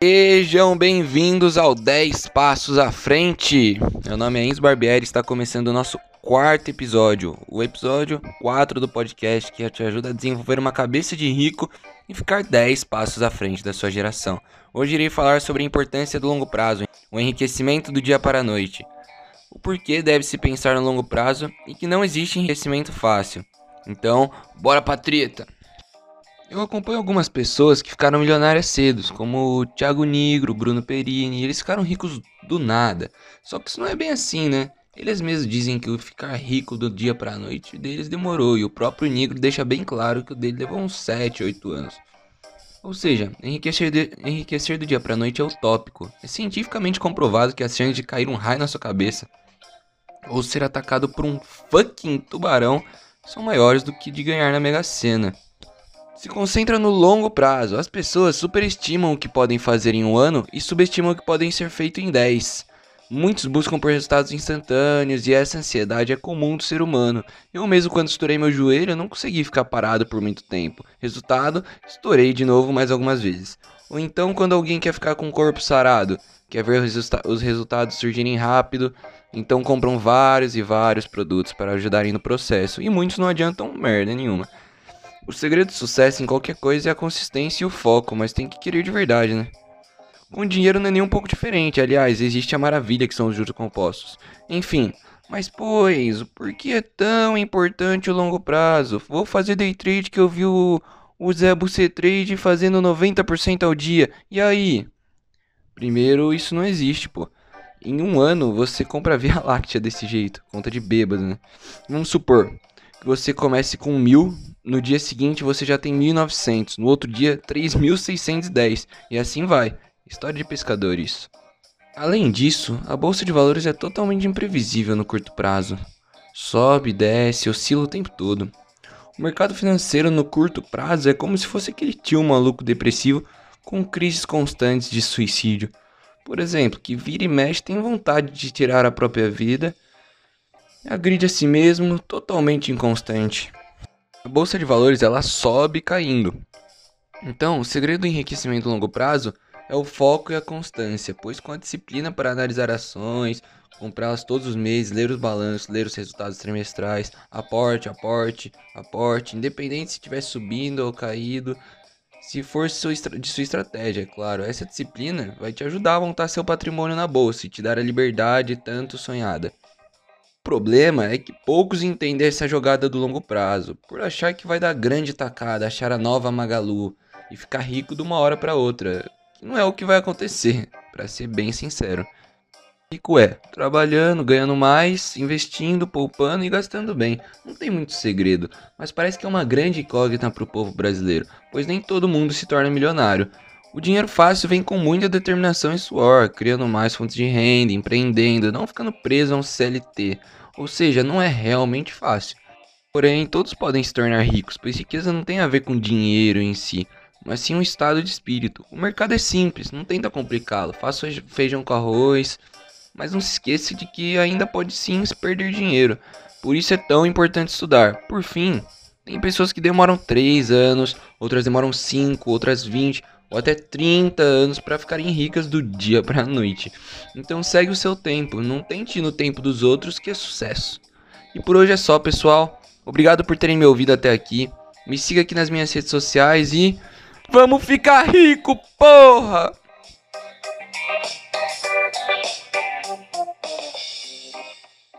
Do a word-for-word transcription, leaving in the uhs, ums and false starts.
Sejam bem-vindos ao dez Passos à Frente. Meu nome é Enzo Barbieri e está começando o nosso quarto episódio, o episódio quatro do podcast que te ajuda a desenvolver uma cabeça de rico e ficar dez passos à frente da sua geração. Hoje irei falar sobre a importância do longo prazo, o enriquecimento do dia para a noite, o porquê deve-se pensar no longo prazo e que não existe enriquecimento fácil. Então, bora pra treta! Eu acompanho algumas pessoas que ficaram milionárias cedo, como o Thiago Nigro, Bruno Perini, e eles ficaram ricos do nada. Só que isso não é bem assim, né? Eles mesmos dizem que o ficar rico do dia pra noite deles demorou, e o próprio Nigro deixa bem claro que o dele levou uns sete, oito anos. Ou seja, enriquecer, de, enriquecer do dia pra noite é utópico. É cientificamente comprovado que as chances de cair um raio na sua cabeça ou ser atacado por um fucking tubarão são maiores do que de ganhar na Mega Sena. Se concentra no longo prazo. As pessoas superestimam o que podem fazer em um ano e subestimam o que podem ser feito em dez. Muitos buscam por resultados instantâneos e essa ansiedade é comum do ser humano. Eu mesmo, quando estourei meu joelho, não consegui ficar parado por muito tempo. Resultado, estourei de novo mais algumas vezes. Ou então, quando alguém quer ficar com o corpo sarado, quer ver os, resulta- os resultados surgirem rápido, então compram vários e vários produtos para ajudarem no processo. E muitos não adiantam merda nenhuma. O segredo do sucesso em qualquer coisa é a consistência e o foco, mas tem que querer de verdade, né? Com dinheiro não é nem um pouco diferente, aliás, existe a maravilha que são os juros compostos. Enfim, mas pois, por que é tão importante o longo prazo? Vou fazer day trade que eu vi o, o Zé Bucetrade fazendo noventa por cento ao dia, e aí? Primeiro, isso não existe, pô. Em um ano, você compra a Via Láctea desse jeito, conta de bêbado, né? Vamos supor que você comece com mil, no dia seguinte você já tem mil e novecentos, no outro dia três mil seiscentos e dez, e assim vai. História de pescador isso. Além disso, a bolsa de valores é totalmente imprevisível no curto prazo. Sobe, desce, oscila o tempo todo. O mercado financeiro no curto prazo é como se fosse aquele tio maluco depressivo com crises constantes de suicídio. Por exemplo, que vira e mexe tem vontade de tirar a própria vida, agride a si mesmo, totalmente inconstante. A bolsa de valores ela sobe caindo. Então, o segredo do enriquecimento a longo prazo é o foco e a constância, pois com a disciplina para analisar ações, comprá-las todos os meses, ler os balanços, ler os resultados trimestrais, aporte, aporte, aporte, independente se estiver subindo ou caído, se for de sua estratégia, é claro. Essa disciplina vai te ajudar a montar seu patrimônio na bolsa e te dar a liberdade tanto sonhada. O problema é que poucos entendem essa jogada do longo prazo, por achar que vai dar grande tacada, achar a nova Magalu e ficar rico de uma hora para outra, que não é o que vai acontecer, para ser bem sincero. Rico é trabalhando, ganhando mais, investindo, poupando e gastando bem. Não tem muito segredo, mas parece que é uma grande incógnita para o povo brasileiro, pois nem todo mundo se torna milionário. O dinheiro fácil vem com muita determinação e suor, criando mais fontes de renda, empreendendo, não ficando preso a um C L T. Ou seja, não é realmente fácil. Porém, todos podem se tornar ricos, pois riqueza não tem a ver com dinheiro em si, mas sim um estado de espírito. O mercado é simples, não tenta complicá-lo. Faça feijão com arroz, mas não se esqueça de que ainda pode sim se perder dinheiro. Por isso é tão importante estudar. Por fim, tem pessoas que demoram três anos, outras demoram cinco, outras vinte ou até trinta anos para ficarem ricas do dia para a noite. Então segue o seu tempo, não tente ir no tempo dos outros que é sucesso. E por hoje é só, pessoal. Obrigado por terem me ouvido até aqui. Me siga aqui nas minhas redes sociais e vamos ficar rico, porra!